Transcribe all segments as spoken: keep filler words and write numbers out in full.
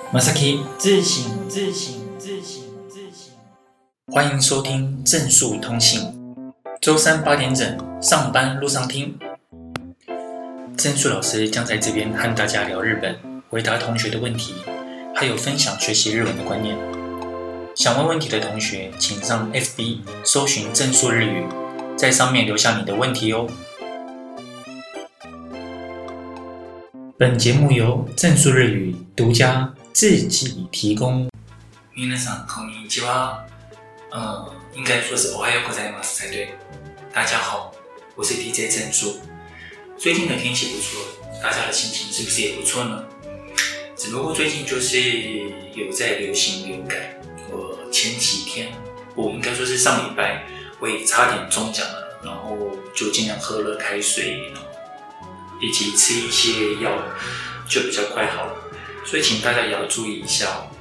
Masaki 自省自省自省自省，欢迎收听正述通信，周三八点整上班路上听。正述老师将在这边和大家聊日本，回答同学的问题，还有分享学习日文的观念。想问问题的同学，请上 F B 搜寻正述日语，在上面留下你的问题哦。本节目由正述日语独家自己提供。皆さんこんにちは。呃，应该说是おはようございます才对。大家好，我是 D J 正述。最近的天气不错，大家的心情是不是也不错呢？只不过最近就是有在流行流感。我前几天，我应该说是上礼拜，我也差点中奖了，然后就尽量喝热开水，以及吃一些药，就比较快好了。所以请大家也要注意一下哦。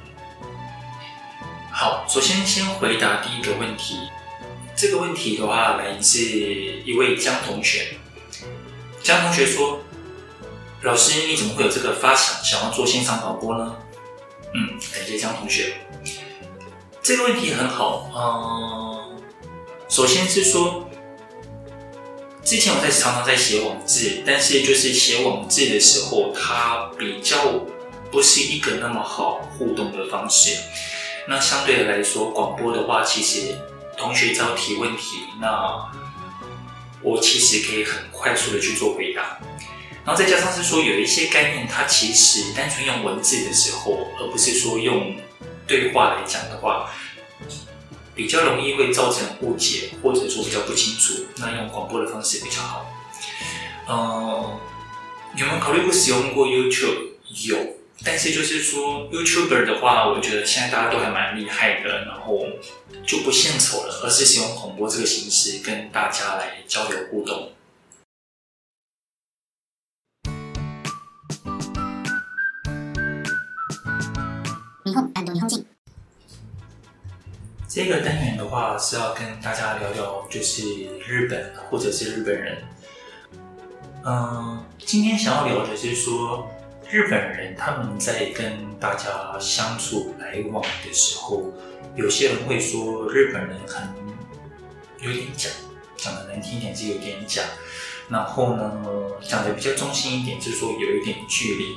好，首先先回答第一个问题。这个问题的话，来自一位江同学。江同学说：“老师，你怎么会有这个发想，想要做线上广播呢？”嗯，感谢江同学。这个问题很好。嗯，首先是说，之前我在常常在写网志，但是就是写网志的时候，它比较不是一个那么好互动的方式。那相对的来说，广播的话，其实同学只要提问题，那我其实可以很快速的去做回答。然后再加上是说，有一些概念，它其实单纯用文字的时候，而不是说用对话来讲的话，比较容易会造成误解，或者说比较不清楚。那用广播的方式比较好。呃，有没有考虑过使用过 YouTube？ 有，但是就是说 YouTuber 的话，我觉得现在大家都还蛮厉害的，然后就不献丑了，而是使用广播这个形式跟大家来交流互动。 日本&日本人。 这个单元的话是要跟大家聊聊，就是日本或者是日本人。嗯，今天想要聊的是说，日本人他们在跟大家相处来往的时候，有些人会说日本人很有点假，讲的难听一点是有点假。然后呢，讲的比较中性一点，就是说有一点距离。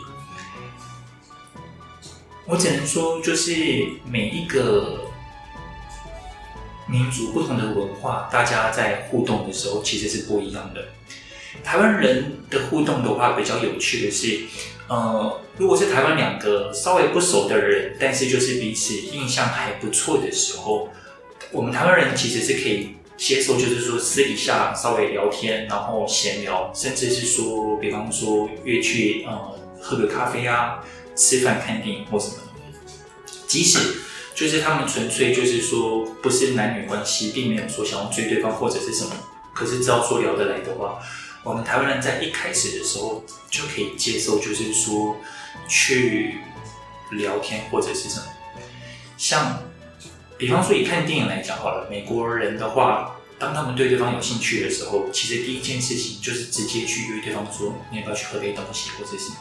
我只能说，就是每一个民族不同的文化，大家在互动的时候其实是不一样的。台湾人的互动的话，比较有趣的是，呃，如果是台湾两个稍微不熟的人，但是就是彼此印象还不错的时候，我们台湾人其实是可以接受，就是说私底下稍微聊天，然后闲聊，甚至是说，比方说约去呃喝个咖啡啊，吃饭看电影或什么的，即使就是他们纯粹就是说不是男女关系，并没有说想要追对方或者是什么，可是只要说聊得来的话，我们台湾人在一开始的时候就可以接受，就是说去聊天或者是什么。像比方说以看电影来讲好了，美国人的话，当他们对对方有兴趣的时候，其实第一件事情就是直接去约对方说，你要不要去喝杯东西或者是什么。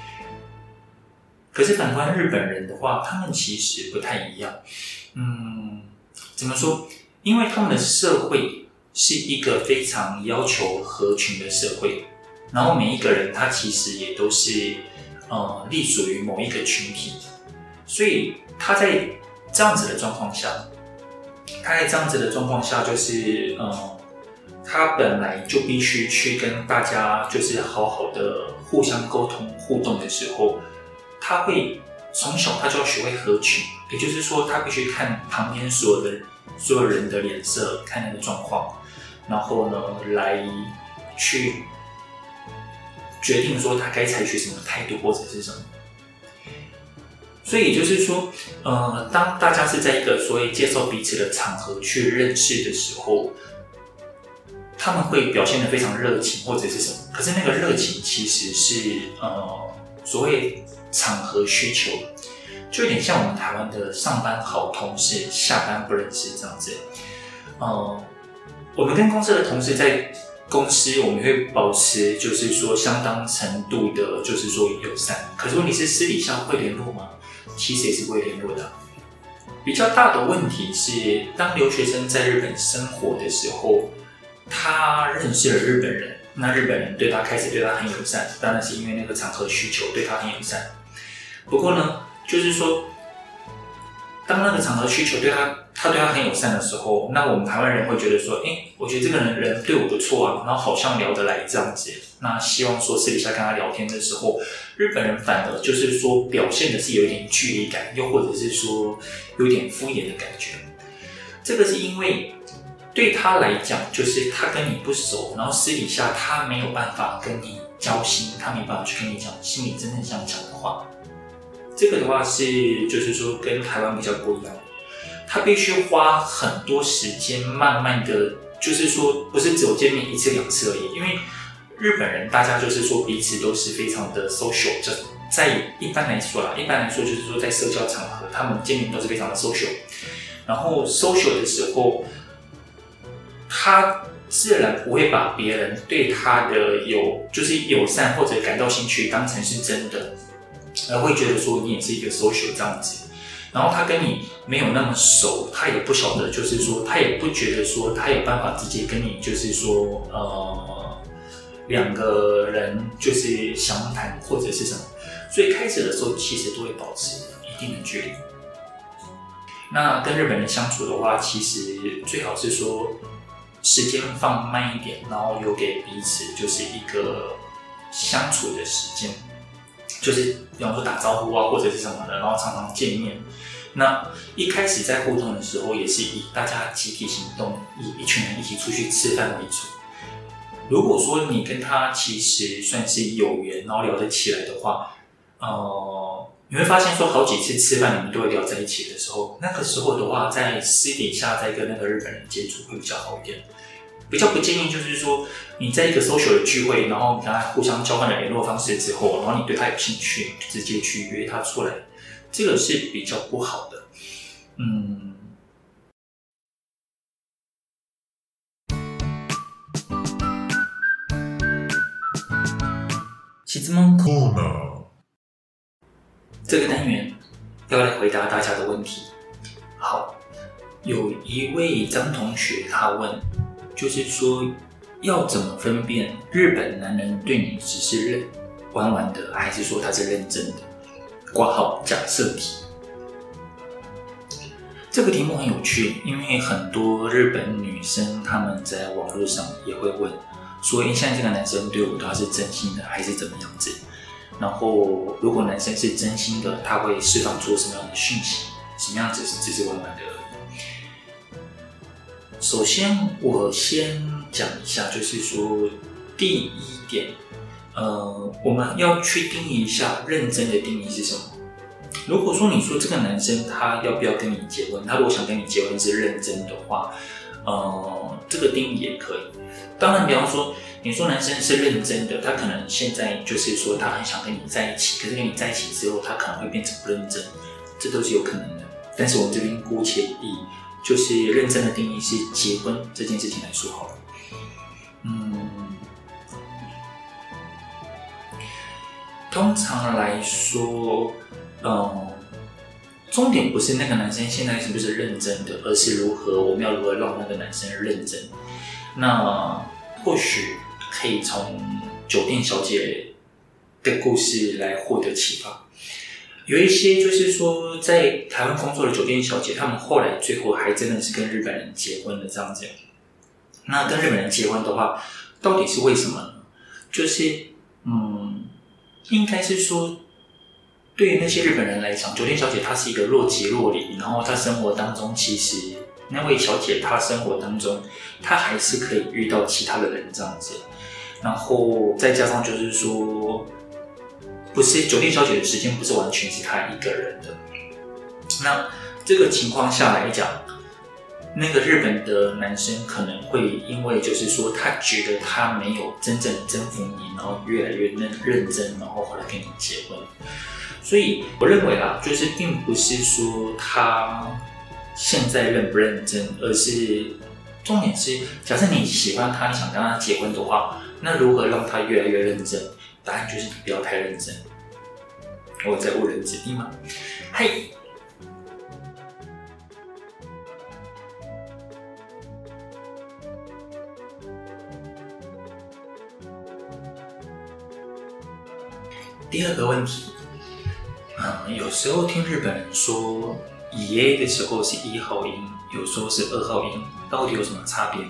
可是反观日本人的话，他们其实不太一样。嗯，怎么说？因为他们的社会是一个非常要求合群的社会，然后每一个人他其实也都是呃隶属于某一个群体，所以他在这样子的状况下，他在这样子的状况下，就是呃，他本来就必须去跟大家就是好好的互相沟通互动的时候。他会从小他就要学会合群，也就是说，他必须看旁边所有的所有人的脸色，看那个状况，然后呢，来去决定说他该采取什么态度或者是什么。所以也就是说，呃，当大家是在一个所谓接受彼此的场合去认识的时候，他们会表现得非常热情或者是什么，可是那个热情其实是呃所谓场合需求，就有点像我们台湾的上班好同事，下班不认识这样子。呃，我们跟公司的同事在公司，我们会保持就是说相当程度的，就是说友善。可是问题是私底下会联络吗？ 其实也是不会联络的。比较大的问题是，当留学生在日本生活的时候，他认识了日本人，那日本人对他开始对他很友善，当然是因为那个场合需求对他很友善。不过呢，就是说，当那个场合需求对他，他对他很友善的时候，那我们台湾人会觉得说，哎，我觉得这个人人对我不错啊，然后好像聊得来这样子。那希望说私底下跟他聊天的时候，日本人反而就是说表现的是有一点距离感，又或者是说有点敷衍的感觉。这个是因为对他来讲，就是他跟你不熟，然后私底下他没有办法跟你交心，他没办法去跟你讲心里真正想讲的话。这个的话是就是说跟台湾比较不一样，他必须花很多时间，慢慢的，就是说不是只有见面一次两次而已，因为日本人大家就是说彼此都是非常的 social， 就在一般来说啦，一般来说就是说在社交场合，他们见面都是非常的 social， 然后 social 的时候，他自然不会把别人对他的有就是友善或者感到兴趣当成是真的，而会觉得说你也是一个 social 这样子。然后他跟你没有那么熟，他也不晓得，就是说他也不觉得说他有办法直接跟你就是说呃两个人就是详谈或者是什么，所以开始的时候其实都会保持一定的距离。那跟日本人相处的话，其实最好是说时间放慢一点，然后留给彼此就是一个相处的时间，就是比方说打招呼啊或者是什么的，然后常常见面。那一开始在互动的时候，也是以大家集体行动，以一群人一起出去吃饭为主。如果说你跟他其实算是有缘，然后聊得起来的话，呃，你会发现说好几次吃饭你们都会聊在一起的时候，那个时候的话，在私底下再跟那个日本人接触会比较好一点。比较不建议就是说你在一个 social 的聚会，然后你跟他互相交换了联络方式之后，然后你对他有兴趣，直接去约他出来，这个是比较不好的。嗯。質問コーナー。这个单元要来回答大家的问题。好，有一位张同学他问，就是说要怎么分辨日本男人对你只是认玩玩的，还是说他是认真的？括号假设题。这个题目很有趣，因为很多日本女生她们在网络上也会问，说现在这个男生对我他是真心的还是怎么样子？然后如果男生是真心的，他会释放出什么样的讯息？什么样子是只是玩玩的而已？首先，我先讲一下，就是说第一点，呃，我们要去定义一下认真的定义是什么。如果说你说这个男生他要不要跟你结婚，他如果想跟你结婚是认真的话，呃，这个定义也可以。当然，比方说你说男生是认真的，他可能现在就是说他很想跟你在一起，可是跟你在一起之后，他可能会变成不认真，这都是有可能的。但是我们这边姑且以就是认真的定义是结婚这件事情来说好了。嗯，通常来说，嗯，重点不是那个男生现在是不是认真的，而是如何我们要如何让那个男生认真。那或许可以从酒店小姐的故事来获得启发。有一些就是说在台湾工作的酒店小姐，他们后来最后还真的是跟日本人结婚了这样子。那跟日本人结婚的话，到底是为什么呢？就是嗯，应该是说对于那些日本人来讲，酒店小姐她是一个若即若离，然后她生活当中其实那位小姐她生活当中她还是可以遇到其他的人这样子，然后再加上就是说不是酒店小姐的时间不是完全是她一个人的。那这个情况下来讲，那个日本的男生可能会因为就是说他觉得他没有真正征服你，然后越来越认真，然后后来跟你结婚。所以我认为啦，就是并不是说他现在认不认真，而是重点是假设你喜欢他，你想跟他结婚的话，那如何让他越来越认真？答案就是你不要太认真。我在误人子弟吗？ 嗨。第二个问题，嗯，有时候听日本人说爷的时候是一号音，有时候是二号音，到底有什么差别呢？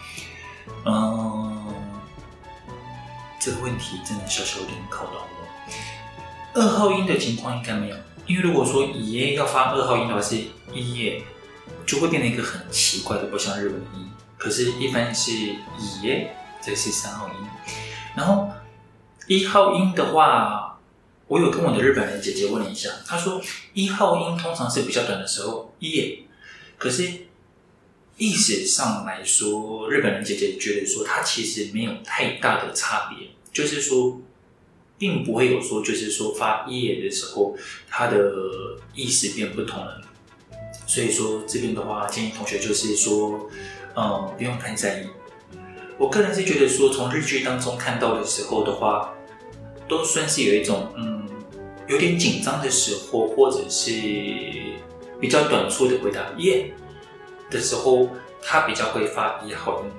嗯，这个问题真的小小有点考到我。二号音的情况应该没有，因为如果说爷要发二号音的话是一耶，就会变成一个很奇怪的不像日文的音。可是，一般是爷，这是三号音，然后一号音的话，我有跟我的日本人姐姐问了一下，她说一号音通常是比较短的时候一耶，可是意识上来说，日本人姐姐觉得说它其实没有太大的差别，就是说并不会有说就是说发一耶的时候它的意识变不同了。所以说这边的话，建议同学就是说，嗯，不用太在意。我个人是觉得说，从日剧当中看到的时候的话，都算是有一种嗯有点紧张的时候，或者是比较短促的回答耶的时候，他比较会发一号音。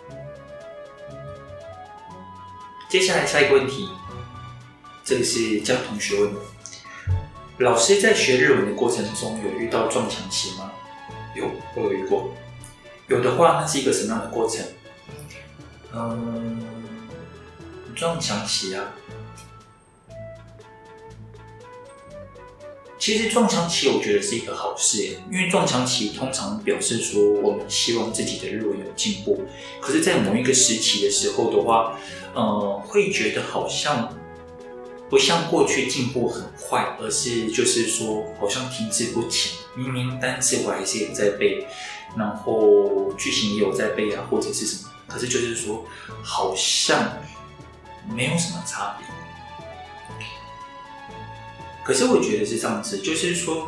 接下来下一个问题，这个是江同学问的。老师在学日文的过程中有遇到撞墙期吗？有，我有遇过。有的话，那是一个什么样的过程？嗯，撞墙期啊。其实撞墙期我觉得是一个好事耶，因为撞墙期通常表示说我们希望自己的日文有进步，可是，在某一个时期的时候的话，呃，会觉得好像不像过去进步很快，而是就是说好像停滞不前。明明单词我还是有在背，然后句型也有在背啊，或者是什么，可是就是说好像没有什么差别。可是我觉得是这样子，就是说，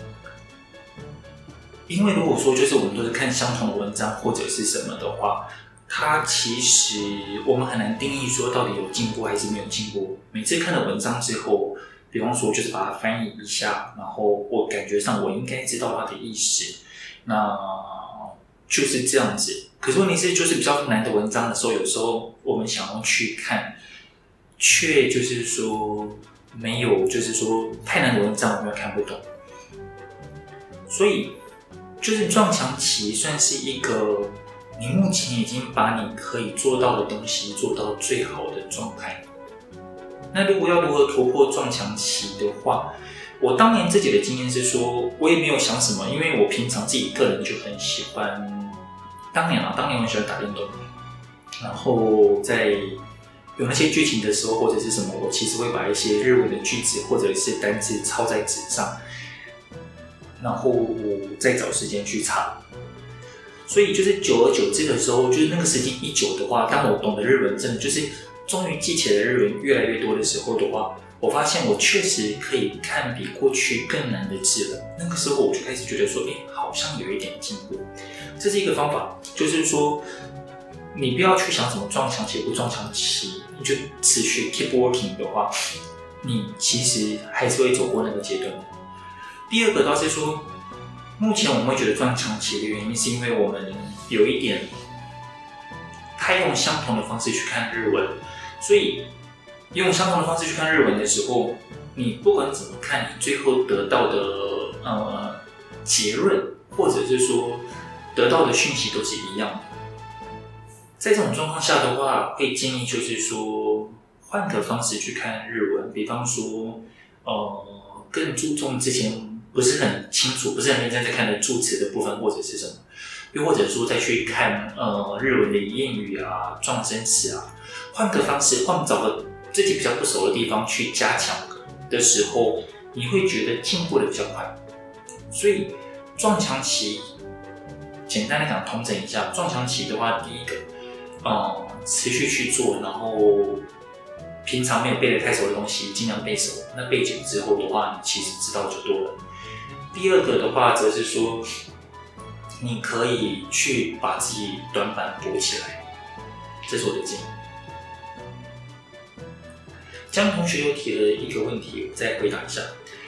因为如果说就是我们都是看相同的文章或者是什么的话，它其实我们很难定义说到底有进步还是没有进步。每次看了文章之后，比方说就是把它翻译一下，然后我感觉上我应该知道它的意思，那就是这样子。可是问题是，就是比较难的文章的时候，有时候我们想要去看，却就是说没有，就是说太难的文章我们又看不懂，所以就是撞墙期算是一个你目前已经把你可以做到的东西做到最好的状态。那如果要如何突破撞墙期的话，我当年自己的经验是说，我也没有想什么，因为我平常自己个人就很喜欢，当年啊，当年我很喜欢打电动，然后在有那些剧情的时候或者是什么，我其实会把一些日文的句子或者是单字抄在纸上，然后我再找时间去查。所以就是久而久之的时候，就是那个时间一久的话，当我懂得日文，真的就是终于记起来的日文越来越多的时候的话，我发现我确实可以看比过去更难的字了。那个时候我就开始觉得说，哎，好像有一点进步。这是一个方法，就是说你不要去想什么撞墙期不撞墙期，你就持续 keep working 的话，你其实还是会走过那个阶段。第二个倒是说，目前我们会觉得撞墙期的原因，是因为我们有一点太用相同的方式去看日文，所以用相同的方式去看日文的时候，你不管怎么看，你最后得到的呃结论，或者是说得到的讯息都是一样的。在这种状况下的话，会建议就是说换个方式去看日文，比方说呃更注重之前不是很清楚、不是很认真在看的助词的部分，或者是什么，又或者说再去看呃日文的谚语啊、状声词啊，换个方式，换找个自己比较不熟的地方去加强的时候，你会觉得进步的比较快。所以撞墙期，简单来讲，统整一下，撞墙期的话，第一个，呃，持续去做，然后平常没有背得太熟的东西，尽量背熟。那背久之后的话，你其实知道就多了。第二个的话，则是说，你可以去把自己短板补起来，这是我的建议。江同学又提了一个问题，我再回答一下。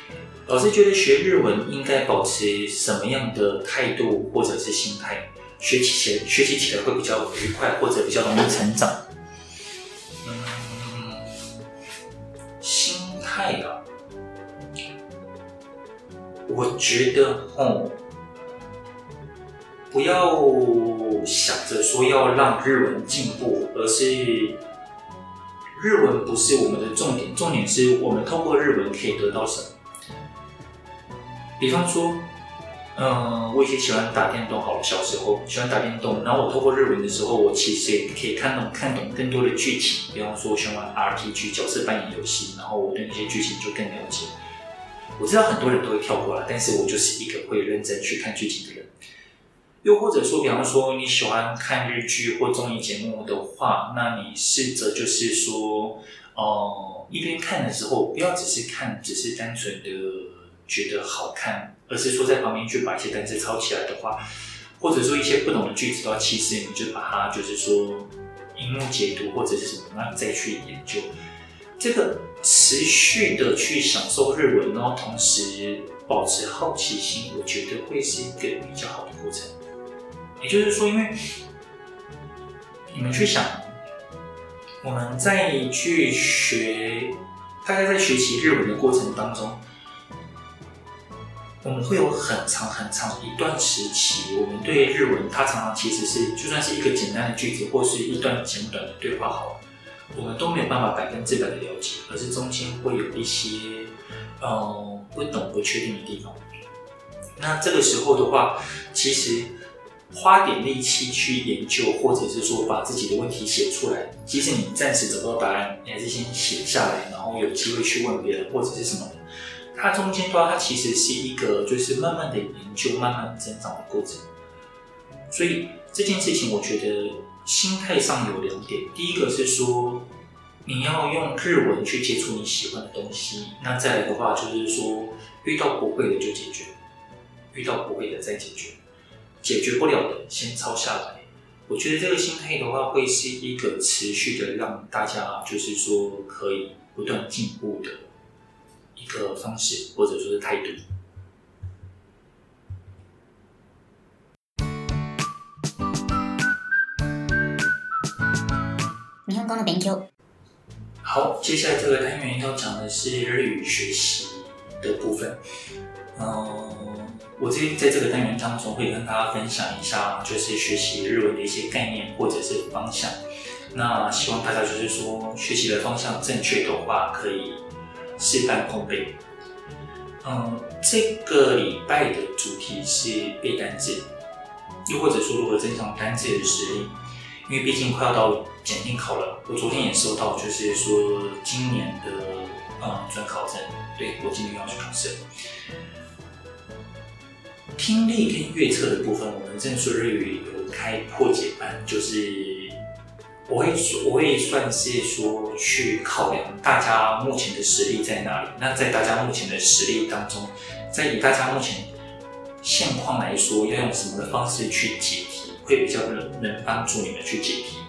老师觉得学日文应该保持什么样的态度或者是心态，学起起来学习起来会比较愉快，或者比较容易成长？嗯，心态啊，我觉得哦，不要想着说要让日文进步，而是日文不是我们的重点，重点是我们透过日文可以得到什么。比方说，嗯，我以前喜欢打电动，好了，小时候喜欢打电动，然后我透过日文的时候，我其实也可以看懂看懂更多的剧情。比方说，我喜欢玩 R P G 角色扮演游戏，然后我对那些剧情就更了解。我知道很多人都会跳过来，但是我就是一个会认真去看剧情的人。又或者说，比方说你喜欢看日剧或综艺节目的话，那你试着就是说，呃，一边看的时候，不要只是看，只是单纯的觉得好看，而是说在旁边去把一些单词抄起来的话，或者说一些不懂的句子的话，其实你就把它就是说荧幕解读或者是什么，那你再去研究。这个持续的去享受日文，然后同时保持好奇心，我觉得会是一个比较好的过程。也就是说，因为你们去想，我们在去学，大概在学习日文的过程当中，我们会有很长很长一段时期，我们对日文它常常其实是就算是一个简单的句子或是一段简短的对话好了，我们都没有办法百分之百的了解，而是中间会有一些呃不懂不确定的地方。那这个时候的话，其实花点力气去研究，或者是说把自己的问题写出来，即使你暂时找不到答案，你还是先写下来，然后有机会去问别人或者是什么的。它中间的话，它其实是一个就是慢慢的研究、慢慢增长的过程。所以这件事情，我觉得心态上有两点。第一个是说，你要用日文去接触你喜欢的东西。那再来的话，就是说遇到不会的就解决，遇到不会的再解决，解决不了的先抄下来。我觉得这个心态的话，会是一个持续的让大家就是说可以不断进步的一个方式，或者说是态度。 日本語の勉強。 好，接下来这个单元要讲的是日语学习的部分。嗯，我这在这个单元当中会跟大家分享一下，就是学习日文的一些概念或者是方向。那希望大家就是说学习的方向正确的话，可以事半功倍。嗯，这个礼拜的主题是背单字，又或者说如何增强单字的实力。因为毕竟快要到检定考了，我昨天也收到，就是说今年的嗯准考证，对，我今年要去考试。听力跟阅测的部分，我们正说日语有开破解班，就是我会我会算是说去考量大家目前的实力在哪里。那在大家目前的实力当中，在以大家目前现况来说，要用什么的方式去解题，会比较能帮助你们去解题。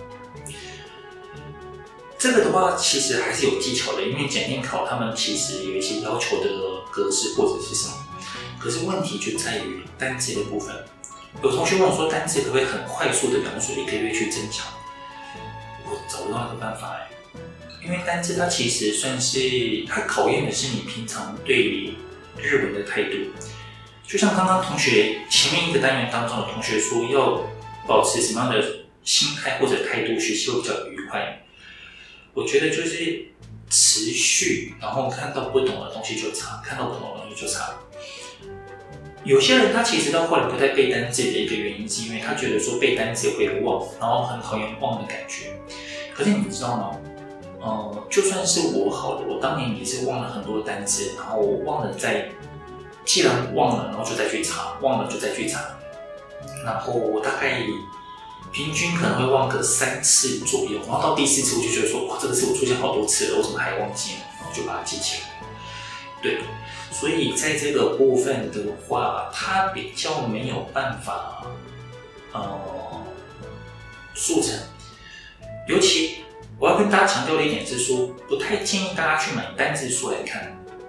这个的话，其实还是有技巧的，因为检定考他们其实有一些要求的格式或者是什么。可是问题就在于单字的部分。有同学问我说，单字可不可以很快速的，比方说一个月去增强？我找不到那个办法哎，因为单字它其实算是它考验的是你平常对日文的态度。就像刚刚同学前面一个单元当中的同学说，要保持什么样的心态或者态度学习会比较愉快。我觉得就是持续，然后看到不懂的东西就查，看到不懂的东西就查。有些人他其实到后来不太背单字的一个原因，是因为他觉得说背单字会忘，然后很讨厌忘的感觉。可是你知道吗？呃，就算是我好了，我当年也是忘了很多单字，然后我忘了再，既然忘了，然后就再去查，忘了就再去查，然后我大概平均可能会忘个三次左右，然后到第四次我就觉得说，哇，这个字我出现好多次了，我怎么还忘记呢？然后就把它记起来。对，所以在这个部分的话，它比较没有办法，呃，速成。尤其我要跟大家强调的一点是说，不太建议大家去买单字书来看。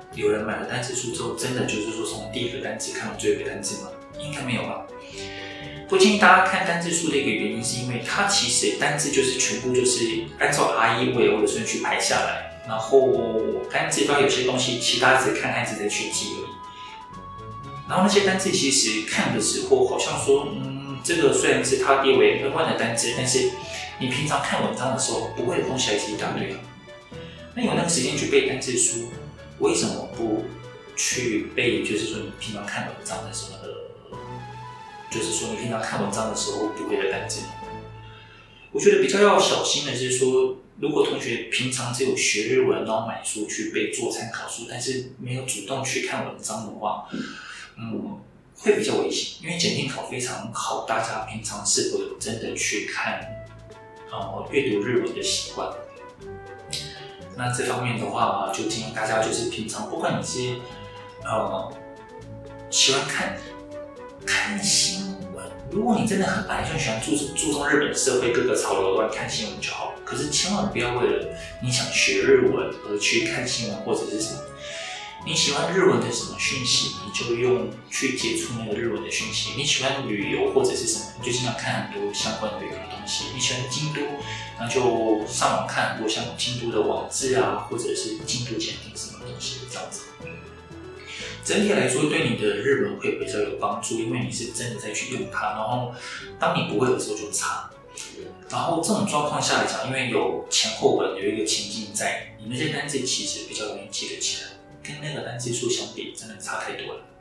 有人买了单字书之后，真的就是说从第一个单字看到最后一个单字吗？应该没有吧。不建议大家看单字书的一个原因，是因为它其实单字就是全部就是按照 R E V O 的顺序排下来，然后单字它有些东西其他只看汉字再去记而已。然后那些单字其实看的时候，好像说，嗯，这个虽然是它列为 N 一 的单字，但是你平常看文章的时候，不会的东西还是一大堆啊。那有那个时间去背单字书，为什么不去背？就是说你平常看文章的时候的。就是说，你平常看文章的时候不会的单字，我觉得比较要小心的是说，如果同学平常只有学日文，然后买书去背做参考书，但是没有主动去看文章的话，嗯，会比较危险，因为检定考非常考大家平常是否有真的去看，呃，阅读日文的习惯。那这方面的话，就建议大家就是平常，不管你是呃喜欢看。看新闻，如果你真的很本来就喜欢注注重日本社会各个潮流，乱看新闻就好。可是千万不要为了你想学日文而去看新闻或者是什么。你喜欢日文的什么讯息，你就用去接触那个日文的讯息。你喜欢旅游或者是什么，你就经常看很多相关的旅游的东西。你喜欢京都，那就上网看很多像京都的网志啊，或者是京都检定什么东西这样子。整体来说，对你的日文会比较有帮助，因为你是真的在去用它。然后，当你不会的时候就查。然后这种状况下来讲，因为有前后文有一个情境在，你那些单字其实比较容易记得起来，跟那个单字数相比，真的差太多了。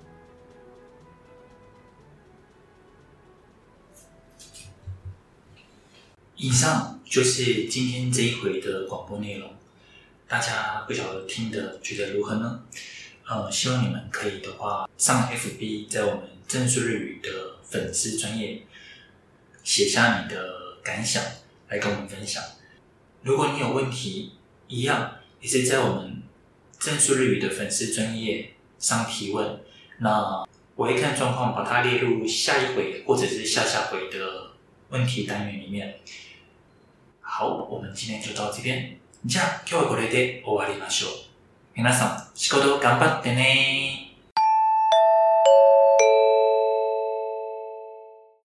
以上就是今天这一回的广播内容，大家不晓得听的觉得如何呢？呃，希望你们可以的话，上 F B 在我们正数日语的粉丝专页写下你的感想来跟我们分享。如果你有问题，一样也是在我们正数日语的粉丝专页上提问，那我会看状况把它列入下一回或者是下下回的问题单元里面。好，我们今天就到这边。じゃあ今日はこれで終わりましょう。皆さん、仕事頑張ってね。